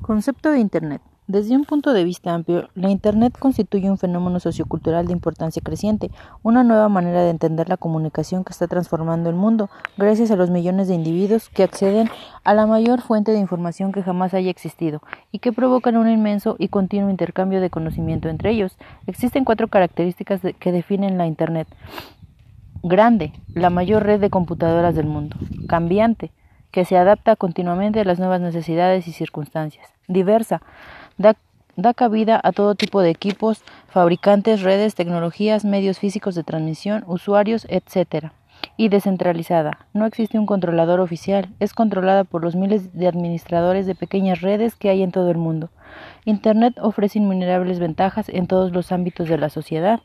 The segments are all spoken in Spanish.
Concepto de Internet. Desde un punto de vista amplio, la Internet constituye un fenómeno sociocultural de importancia creciente, una nueva manera de entender la comunicación que está transformando el mundo, gracias a los millones de individuos que acceden a la mayor fuente de información que jamás haya existido y que provocan un inmenso y continuo intercambio de conocimiento entre ellos. Existen 4 características que definen la Internet. Grande, la mayor red de computadoras del mundo. Cambiante, que se adapta continuamente a las nuevas necesidades y circunstancias. Diversa, da cabida a todo tipo de equipos, fabricantes, redes, tecnologías, medios físicos de transmisión, usuarios, etc. Y descentralizada, no existe un controlador oficial, es controlada por los miles de administradores de pequeñas redes que hay en todo el mundo. Internet ofrece innumerables ventajas en todos los ámbitos de la sociedad.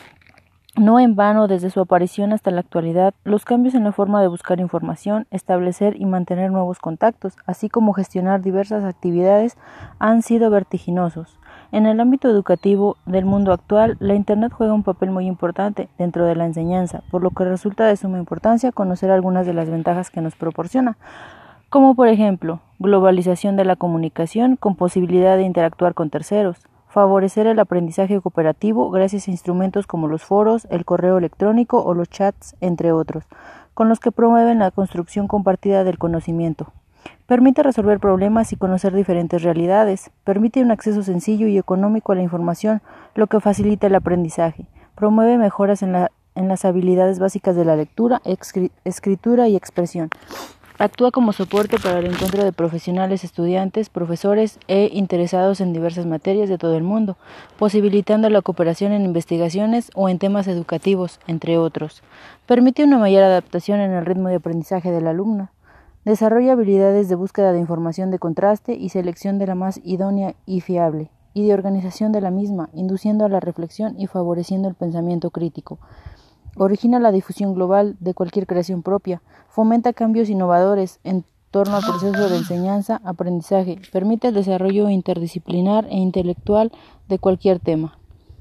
No en vano, desde su aparición hasta la actualidad, los cambios en la forma de buscar información, establecer y mantener nuevos contactos, así como gestionar diversas actividades, han sido vertiginosos. En el ámbito educativo del mundo actual, la Internet juega un papel muy importante dentro de la enseñanza, por lo que resulta de suma importancia conocer algunas de las ventajas que nos proporciona, como por ejemplo, globalización de la comunicación con posibilidad de interactuar con terceros, favorecer el aprendizaje cooperativo gracias a instrumentos como los foros, el correo electrónico o los chats, entre otros, con los que promueven la construcción compartida del conocimiento. Permite resolver problemas y conocer diferentes realidades. Permite un acceso sencillo y económico a la información, lo que facilita el aprendizaje. Promueve mejoras en las habilidades básicas de la lectura, escritura y expresión. Actúa como soporte para el encuentro de profesionales, estudiantes, profesores e interesados en diversas materias de todo el mundo, posibilitando la cooperación en investigaciones o en temas educativos, entre otros. Permite una mayor adaptación en el ritmo de aprendizaje del alumno. Desarrolla habilidades de búsqueda de información de contraste y selección de la más idónea y fiable, y de organización de la misma, induciendo a la reflexión y favoreciendo el pensamiento crítico. Origina la difusión global de cualquier creación propia, fomenta cambios innovadores en torno al proceso de enseñanza-aprendizaje, permite el desarrollo interdisciplinar e intelectual de cualquier tema.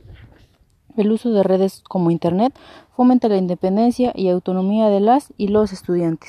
El uso de redes como Internet fomenta la independencia y autonomía de las y los estudiantes.